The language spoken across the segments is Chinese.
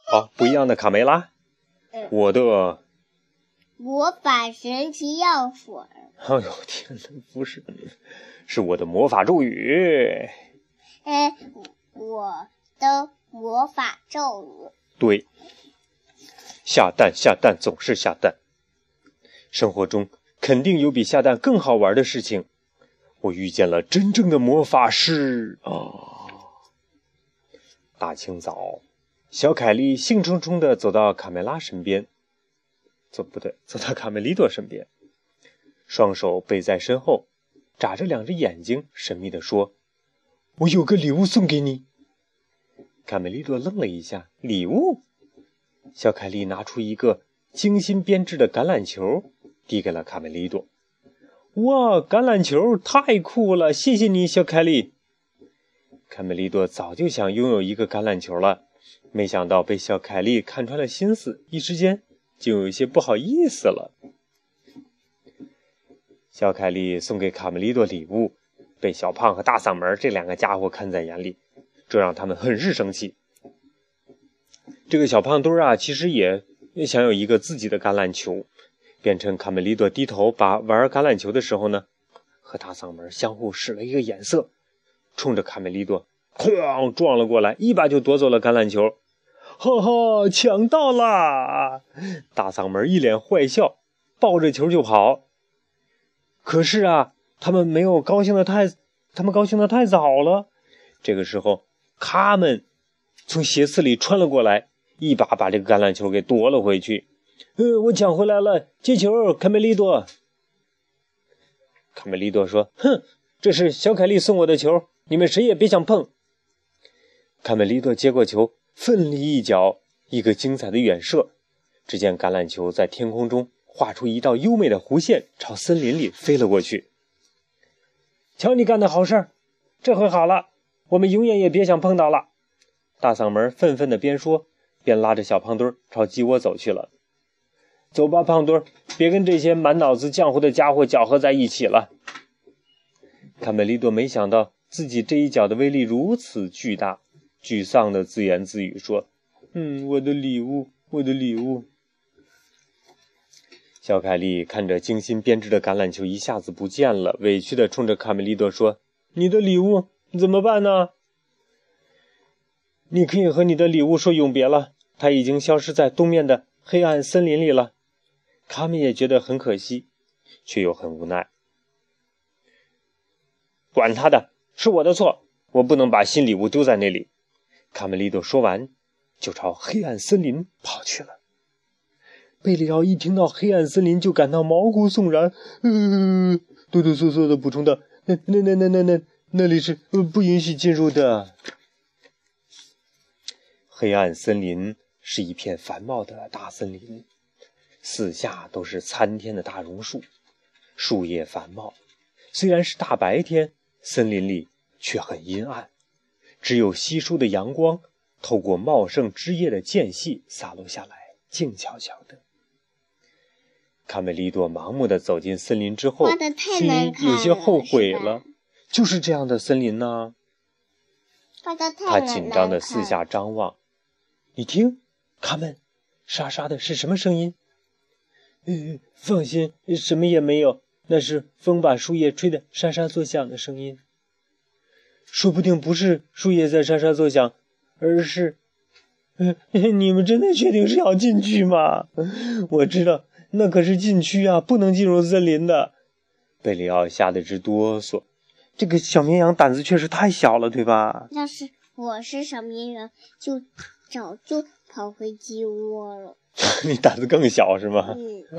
哦，不一样的卡梅拉。我的魔法神奇药水。 哎呦天哪，不是，是我的魔法咒语。 我的魔法咒语。 对，下蛋下蛋总是下蛋。生活中肯定有比下蛋更好玩的事情。我遇见了真正的魔法师大清早，小凯莉兴冲冲地走到卡梅拉身边，走到卡梅利多身边，双手背在身后，眨着两只眼睛，神秘地说：“我有个礼物送给你。”卡梅利多愣了一下，礼物？小凯莉拿出一个精心编织的橄榄球，递给了卡梅利多。哇，橄榄球太酷了，谢谢你，小凯莉。卡梅利多早就想拥有一个橄榄球了，没想到被小凯莉看穿了心思，一时间就有一些不好意思了。小凯莉送给卡梅利多礼物，被小胖和大嗓门这两个家伙看在眼里，这让他们很是生气。这个小胖墩其实也想有一个自己的橄榄球。变成卡梅利多低头玩橄榄球的时候呢，和大嗓门相互使了一个眼色，冲着卡梅利多哐撞了过来，一把就夺走了橄榄球。哈哈，抢到了！大嗓门一脸坏笑，抱着球就跑。可是他们高兴的太早了。这个时候，他们从斜刺里穿了过来，一把把这个橄榄球给夺了回去。我抢回来了，接球，卡梅利多。卡梅利多说：“哼，这是小凯莉送我的球，你们谁也别想碰。”卡梅利多接过球，奋力一脚，一个精彩的远射。只见橄榄球在天空中画出一道优美的弧线，朝森林里飞了过去。瞧你干的好事，这回好了，我们永远也别想碰到了。大嗓门愤愤地边说边拉着小胖墩朝鸡窝走去了。走吧，胖墩，别跟这些满脑子浆糊的家伙搅和在一起了。卡梅利多没想到自己这一脚的威力如此巨大，沮丧地自言自语说：“我的礼物，我的礼物。”小凯莉看着精心编织的橄榄球一下子不见了，委屈地冲着卡梅利多说：“你的礼物怎么办呢？”你可以和你的礼物说永别了，它已经消失在东面的黑暗森林里了。卡梅也觉得很可惜，却又很无奈。管他的，是我的错，我不能把新礼物丢在那里。卡梅利多说完，就朝黑暗森林跑去了。贝里奥一听到黑暗森林就感到毛骨悚然，哆哆嗦嗦的补充道：“那里是不允许进入的。”黑暗森林是一片繁茂的大森林，四下都是参天的大榕树，树叶繁茂。虽然是大白天，森林里却很阴暗，只有稀疏的阳光透过茂盛枝叶的间隙洒落下来，静悄悄的。卡梅利多盲目地走进森林之后，心里有些后悔了。就是这样的森林呢。他紧张地四下张望。你听，卡门，沙沙的是什么声音？放心，什么也没有，那是风把树叶吹得沙沙作响的声音。说不定不是树叶在沙沙作响，而是……你们真的确定是要进去吗？我知道，那可是禁区啊，不能进入森林的。贝里奥吓得直哆嗦。这个小绵羊胆子确实太小了，对吧？ 要是我是小绵羊，就早就跑回鸡窝了。 你胆子更小是吗？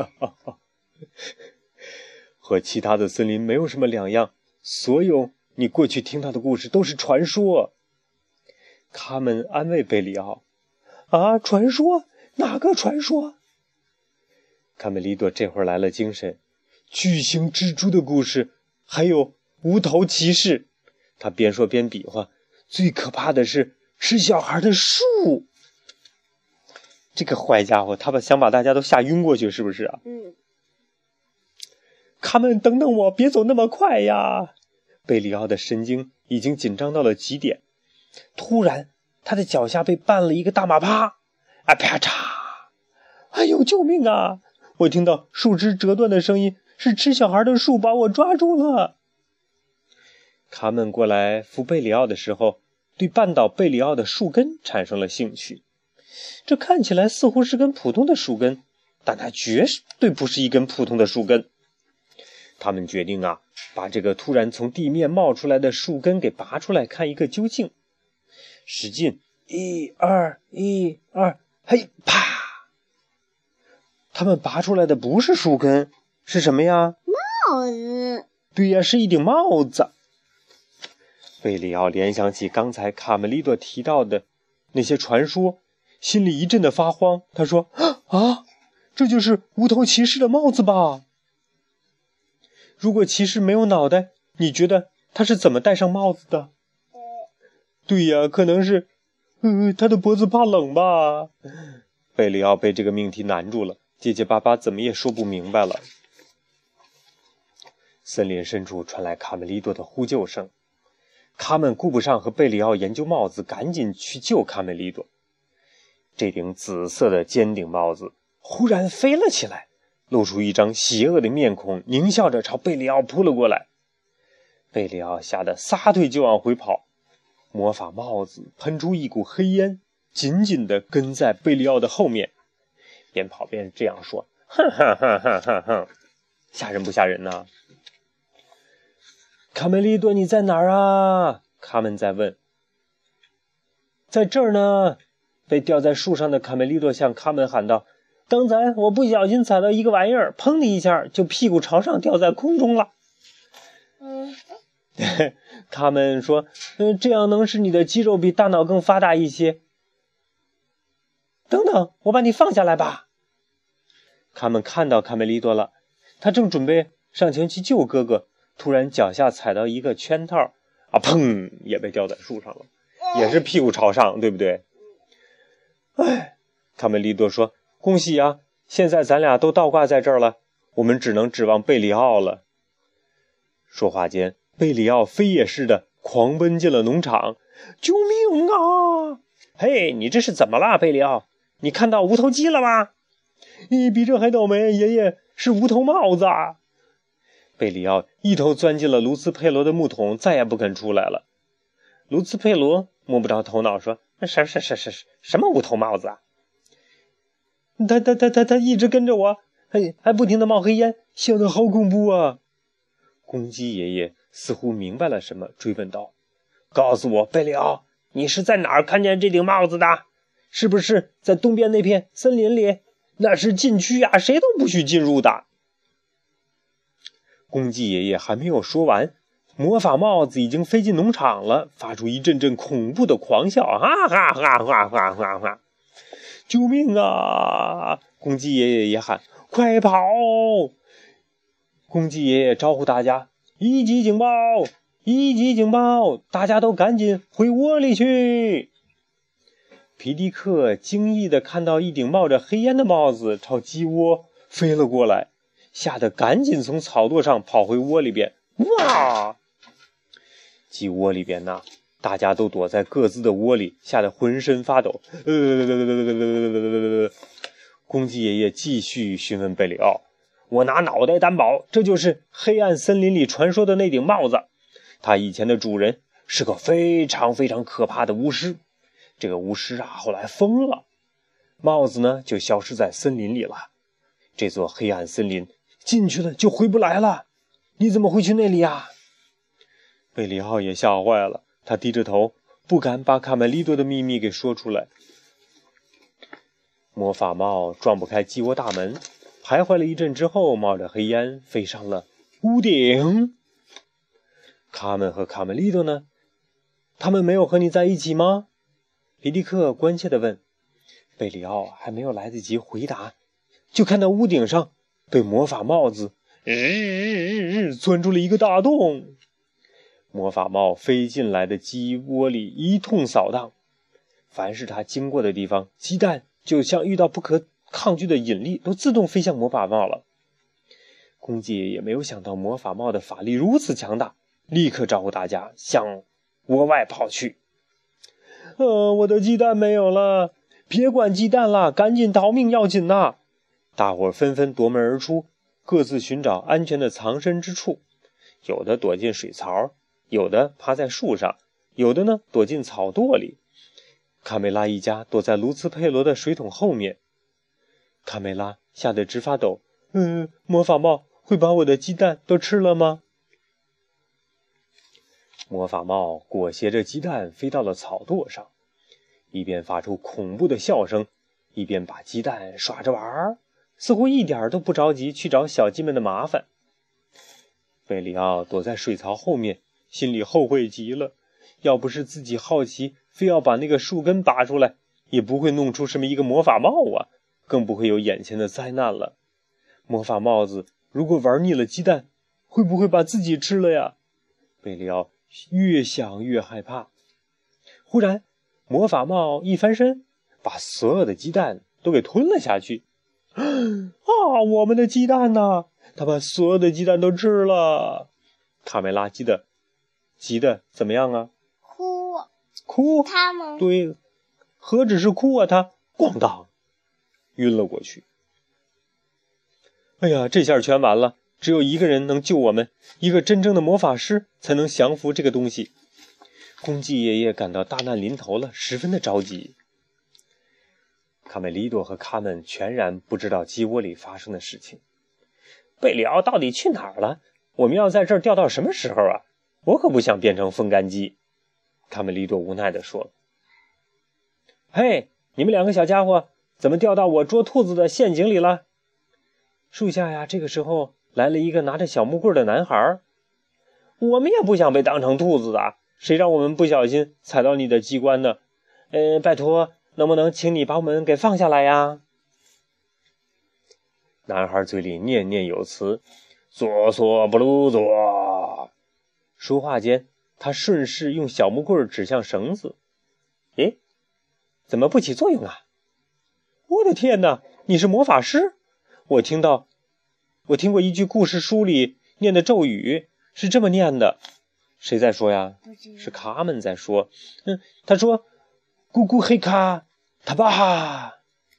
和其他的森林没有什么两样，所有你过去听到的故事都是传说。他们安慰贝里奥：“传说？哪个传说？”卡梅利多这会儿来了精神，巨型蜘蛛的故事，还有无头骑士。他边说边比划，最可怕的是吃小孩的树。这个坏家伙，他想把大家都吓晕过去，是不是啊？卡门，等等我，别走那么快呀！贝里奥的神经已经紧张到了极点。突然，他的脚下被绊了一个大马趴， 啊，啪嚓！哎呦，救命啊！我听到树枝折断的声音，是吃小孩的树把我抓住了。卡门过来扶贝里奥的时候，对绊倒贝里奥的树根产生了兴趣。这看起来似乎是根普通的树根，但它绝对不是一根普通的树根。他们决定啊，把这个突然从地面冒出来的树根给拔出来，看一个究竟。使劲，1、2，嘿，啪！他们拔出来的不是树根，是什么呀？ 帽子。 对呀，是一顶帽子。贝里奥联想起刚才卡梅利多提到的那些传说，心里一阵的发慌。他说：“啊，这就是无头骑士的帽子吧？如果骑士没有脑袋，你觉得他是怎么戴上帽子的？”对呀，可能是，他的脖子怕冷吧。贝里奥被这个命题难住了，结结巴巴怎么也说不明白了。森林深处传来卡梅利多的呼救声。卡门顾不上和贝里奥研究帽子，赶紧去救卡梅利多。这顶紫色的尖顶帽子忽然飞了起来，露出一张邪恶的面孔，狞笑着朝贝里奥扑了过来。贝里奥吓得撒腿就往回跑，魔法帽子喷出一股黑烟，紧紧地跟在贝里奥的后面，边跑边这样说：“哼哼哼哼哼哼，吓人不吓人呢？”卡梅利多，你在哪儿啊？卡门在问。在这儿呢。被吊在树上的卡梅利多向卡门喊道：“刚才我不小心踩到一个玩意儿，砰的一下就屁股朝上掉在空中了。”卡门说：“这样能使你的肌肉比大脑更发达一些。”等等，我把你放下来吧。卡门看到卡梅利多了，他正准备上前去救哥哥，突然脚下踩到一个圈套，砰，也被吊在树上了，也是屁股朝上，对不对？哎，卡梅利多说：“恭喜啊，现在咱俩都倒挂在这儿了，我们只能指望贝里奥了。”说话间，贝里奥飞也似的狂奔进了农场。救命啊！嘿，你这是怎么了，贝里奥？你看到无头鸡了吗？你比这还倒霉，爷爷是无头帽子啊！贝里奥一头钻进了卢斯佩罗的木桶，再也不肯出来了。卢斯佩罗摸不着头脑说：“什么无头帽子啊？他一直跟着我，还不停地冒黑烟，笑得好恐怖啊！”公鸡爷爷似乎明白了什么，追问道：“告诉我，贝里奥，你是在哪儿看见这顶帽子的？是不是在东边那片森林里？那是禁区啊，谁都不许进入的。”公鸡爷爷还没有说完，魔法帽子已经飞进农场了，发出一阵阵恐怖的狂笑，哈哈哈哈哈哈哈！救命啊！公鸡爷爷也喊：“快跑！”公鸡爷爷招呼大家：“一级警报！一级警报！大家都赶紧回窝里去！”皮迪克惊异地看到一顶冒着黑烟的帽子朝鸡窝飞了过来，吓得赶紧从草垛上跑回窝里边。哇！鸡窝里边呢，大家都躲在各自的窝里，吓得浑身发抖。公鸡爷爷继续询问贝里奥：“我拿脑袋担保，这就是黑暗森林里传说的那顶帽子。它以前的主人是个非常非常可怕的巫师。这个巫师啊，后来疯了，帽子呢就消失在森林里了。这座黑暗森林进去了就回不来了。你怎么会去那里啊？”贝里奥也吓坏了，他低着头，不敢把卡梅利多的秘密给说出来。魔法帽撞不开鸡窝大门，徘徊了一阵之后，冒着黑烟飞上了屋顶。卡门和卡梅利多呢？他们没有和你在一起吗？皮迪克关切地问。贝里奥还没有来得及回答，就看到屋顶上被魔法帽子钻出了一个大洞。魔法帽飞进来的鸡窝里一通扫荡，凡是他经过的地方，鸡蛋就像遇到不可抗拒的引力，都自动飞向魔法帽了。公鸡爷爷没有想到魔法帽的法力如此强大，立刻招呼大家向窝外跑去。我的鸡蛋没有了， 别管鸡蛋了，赶紧逃命要紧呐！大伙纷纷夺门而出，各自寻找安全的藏身之处。有的躲进水槽，有的趴在树上，有的呢躲进草垛里。卡梅拉一家躲在卢茨佩罗的水桶后面。卡梅拉吓得直发抖。魔法帽会把我的鸡蛋都吃了吗？魔法帽裹挟着鸡蛋飞到了草垛上，一边发出恐怖的笑声，一边把鸡蛋耍着玩，似乎一点都不着急去找小鸡们的麻烦。贝里奥躲在水槽后面，心里后悔极了。要不是自己好奇，非要把那个树根拔出来，也不会弄出什么一个魔法帽啊，更不会有眼前的灾难了。魔法帽子如果玩腻了鸡蛋，会不会把自己吃了呀？贝里奥越想越害怕。忽然，魔法帽一翻身，把所有的鸡蛋都给吞了下去。我们的鸡蛋呢？他把所有的鸡蛋都吃了。卡梅拉急得怎么样啊？哭？ 他吗？ 对，何止是哭啊，他咣当晕了过去。哎呀，这下全完了，只有一个人能救我们，一个真正的魔法师才能降服这个东西。公鸡爷爷感到大难临头了，十分的着急。卡梅利多和卡门全然不知道鸡窝里发生的事情。贝里奥到底去哪儿了？我们要在这儿钓到什么时候啊？我可不想变成风干鸡。卡梅利多无奈地说。嘿，你们两个小家伙，怎么掉到我捉兔子的陷阱里了？树下呀，这个时候来了一个拿着小木棍的男孩。我们也不想被当成兔子的，谁让我们不小心踩到你的机关呢？拜托，能不能请你把我们给放下来呀？男孩嘴里念念有词，左所不如左。说话间，他顺势用小木棍指向绳子。怎么不起作用啊？我的天哪，你是魔法师？我听过一句故事书里念的咒语，是这么念的。谁在说呀？是卡门在说。他说咕咕黑卡塔巴哈。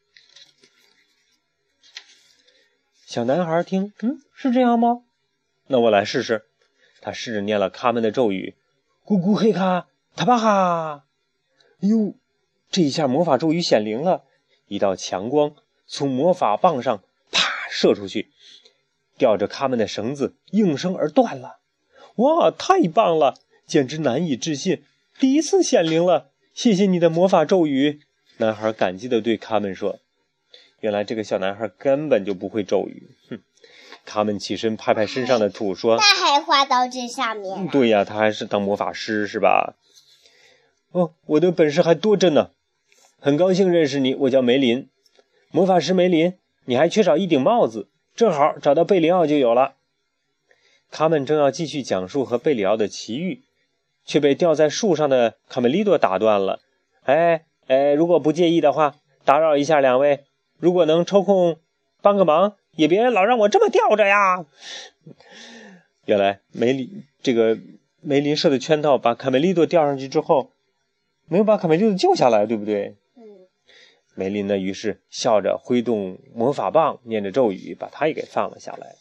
小男孩听，是这样吗？那我来试试。他试着念了卡门的咒语，咕咕黑卡塔巴哈。这一下魔法咒语显灵了，一道强光从魔法棒上啪射出去，吊着卡门的绳子应声而断了。哇，太棒了，简直难以置信，第一次显灵了，谢谢你的魔法咒语。男孩感激地对卡门说。原来这个小男孩根本就不会咒语。卡门起身拍拍身上的土说， 他还画到这上面。 对呀，他还是当魔法师是吧？我的本事还多着呢。很高兴认识你，我叫梅林。魔法师梅林，你还缺少一顶帽子，正好找到贝里奥就有了。卡门正要继续讲述和贝里奥的奇遇，却被吊在树上的卡梅利多打断了。如果不介意的话，打扰一下两位，如果能抽空帮个忙，也别老让我这么吊着呀。原来梅林设的圈套把卡梅利多吊上去之后，没有把卡梅利多救下来，对不对？梅林呢，于是笑着挥动魔法棒，念着咒语，把他也给放了下来。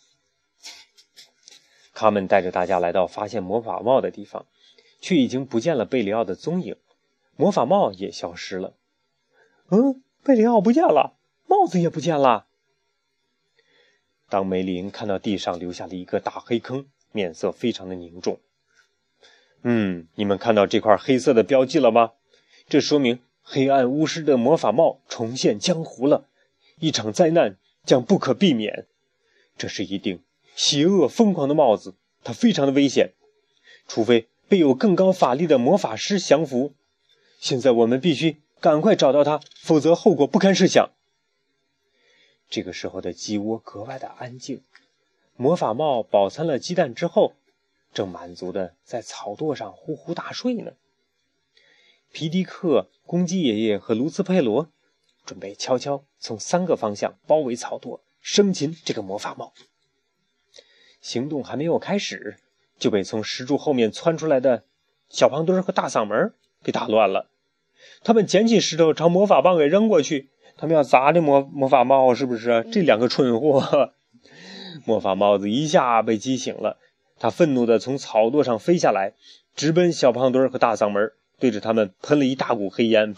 卡门带着大家来到发现魔法帽的地方，却已经不见了贝里奥的踪影，魔法帽也消失了。贝里奥不见了，帽子也不见了。当梅林看到地上留下了一个大黑坑，面色非常的凝重。你们看到这块黑色的标记了吗？这说明黑暗巫师的魔法帽重现江湖了，一场灾难将不可避免。这是一顶邪恶疯狂的帽子，它非常的危险，除非被有更高法力的魔法师降服。现在我们必须赶快找到它，否则后果不堪设想。这个时候的鸡窝格外的安静，魔法帽饱餐了鸡蛋之后，正满足的在草垛上呼呼大睡呢。皮迪克、公鸡爷爷和卢茨佩罗准备悄悄从3个方向包围草垛，生擒这个魔法帽。行动还没有开始，就被从石柱后面窜出来的小胖墩和大嗓门给打乱了。 他们捡起石头朝魔法棒给扔过去，他们要砸这魔法帽，是不是？这两个蠢货！魔法帽子一下被激醒了，他愤怒地从草垛上飞下来，直奔小胖墩和大嗓门，对着他们喷了一大股黑烟。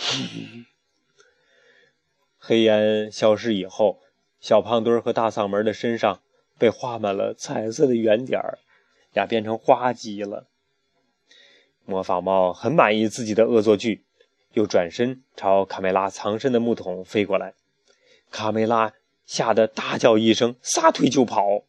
黑烟消失以后，小胖墩和大嗓门的身上被画满了彩色的圆点，俩变成花鸡了。魔法帽很满意自己的恶作剧，又转身朝卡梅拉藏身的木桶飞过来。卡梅拉吓得大叫一声，撒腿就跑。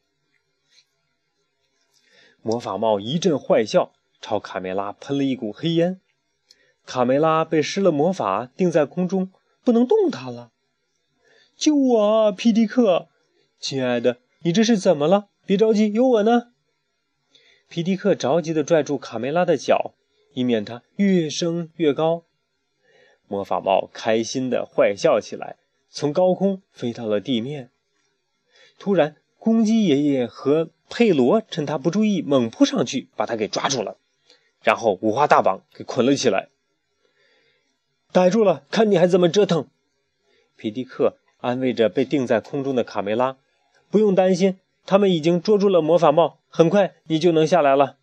魔法帽一阵坏笑，朝卡梅拉喷了一股黑烟。卡梅拉被施了魔法，定在空中，不能动弹了。救我啊，皮迪克！亲爱的，你这是怎么了？别着急，有我呢。皮迪克着急地拽住卡梅拉的脚，以免它越升越高。魔法帽开心地坏笑起来，从高空飞到了地面。突然，公鸡爷爷和佩罗趁他不注意猛扑上去，把他给抓住了，然后五花大绑给捆了起来。逮住了，看你还怎么折腾！皮迪克安慰着被定在空中的卡梅拉，不用担心，他们已经捉住了魔法帽，很快你就能下来了。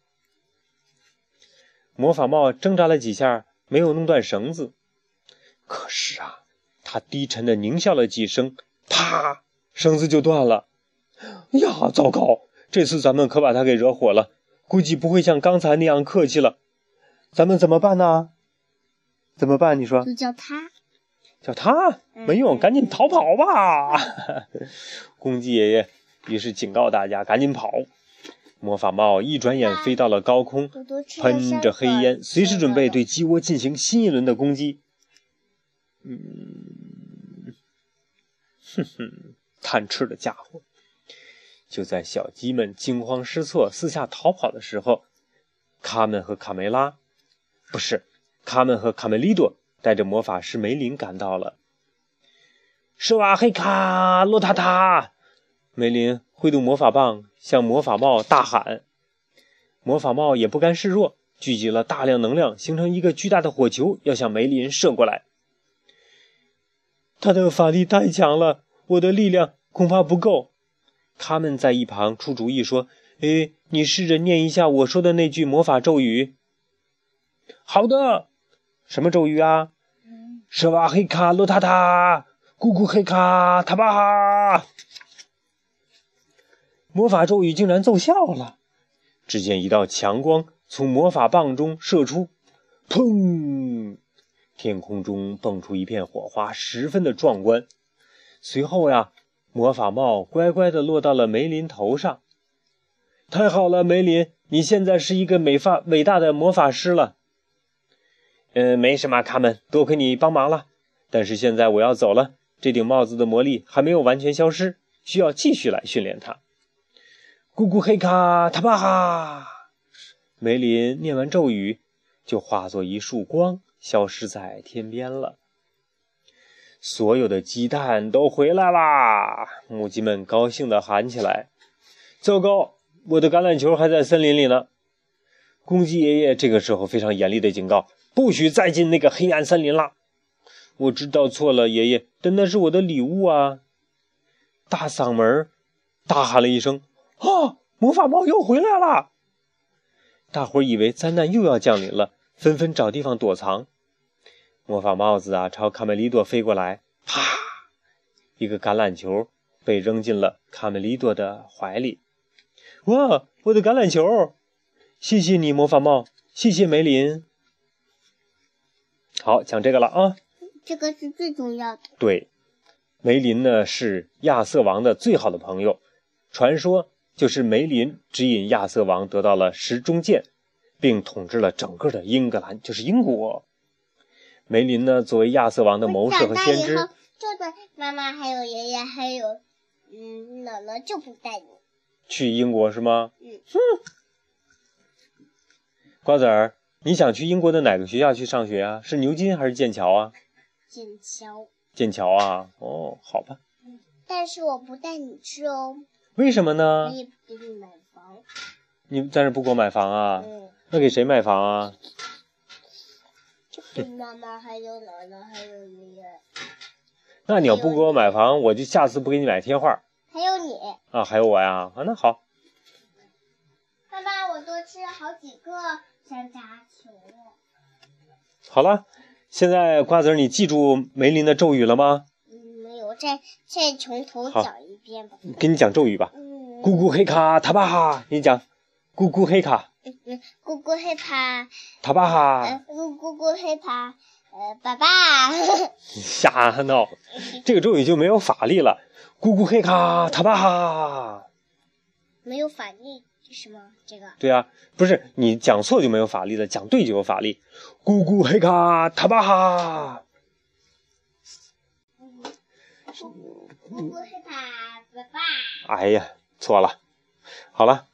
魔法帽挣扎了几下，没有弄断绳子。可是啊，他低沉地狞笑了几声，啪，绳子就断了。呀，糟糕！这次咱们可把他给惹火了，估计不会像刚才那样客气了。咱们怎么办呢？怎么办？你说？ 就叫他。 叫他？没用，赶紧逃跑吧！公鸡爷爷于是警告大家赶紧跑。魔法帽一转眼飞到了高空，喷着黑烟，随时准备对鸡窝进行新一轮的攻击。贪吃的家伙！就在小鸡们惊慌失措四下逃跑的时候，卡门和卡梅利多带着魔法师梅林赶到了。施瓦黑卡洛塔塔！梅林挥动魔法棒向魔法帽大喊。魔法帽也不甘示弱，聚集了大量能量，形成一个巨大的火球，要向梅林射过来。他的法力太强了，我的力量恐怕不够。他们在一旁出主意说：你试着念一下我说的那句魔法咒语。好的。什么咒语啊？舍瓦黑卡洛塔塔，咕咕黑卡塔巴哈。魔法咒语竟然奏效了，只见一道强光从魔法棒中射出，砰！天空中蹦出一片火花，十分的壮观。随后呀，魔法帽乖乖地落到了梅林头上。太好了，梅林，你现在是一个伟大的魔法师了。没什么，卡门，多亏你帮忙了。但是现在我要走了，这顶帽子的魔力还没有完全消失，需要继续来训练它。咕咕黑卡塔巴哈！梅林念完咒语，就化作一束光，消失在天边了。所有的鸡蛋都回来啦！母鸡们高兴地喊起来。糟糕，我的橄榄球还在森林里呢。公鸡爷爷这个时候非常严厉地警告，不许再进那个黑暗森林了。我知道错了，爷爷，但那是我的礼物啊！大嗓门大喊了一声，魔法帽又回来了！大伙儿以为灾难又要降临了，纷纷找地方躲藏。魔法帽子啊，朝卡梅利多飞过来，啪！一个橄榄球被扔进了卡梅利多的怀里。哇，我的橄榄球！谢谢你，魔法帽，谢谢梅林。好，讲这个了啊。 这个是最重要的。 对，梅林呢是亚瑟王的最好的朋友，传说就是梅林指引亚瑟王得到了时钟剑，并统治了整个的英格兰，就是英国。梅林呢作为亚瑟王的谋士和先知， 就对妈妈还有爷爷还有姥姥就不带你去英国是吗？瓜子儿，你想去英国的哪个学校去上学啊？是牛津还是剑桥啊？剑桥啊，哦，好吧。 但是我不带你去哦。 为什么呢？ 我也不给你买房。 你在这不给我买房啊？那给谁买房啊？ 妈妈还有奶奶还有爷爷。 那你要不给我买房，我就下次不给你买贴画。 还有你啊，还有我呀。啊，那好。 爸爸，我多吃了好几个山楂球。 好了，现在瓜子儿，你记住梅林的咒语了吗？ 没有，再从头讲一遍吧。 给你讲咒语吧。咕咕黑卡塔巴哈，你讲。咕咕黑卡。 咕咕黑怕。 塔巴哈。 咕咕黑怕。爸爸。 瞎闹，这个咒语就没有法力了。咕咕黑卡塔巴哈。 没有法力是吗？这个？ 对啊，不是你讲错就没有法力了，讲对就有法力。咕咕黑卡塔巴哈。 咕咕黑怕爸爸。 哎呀，错了。好了，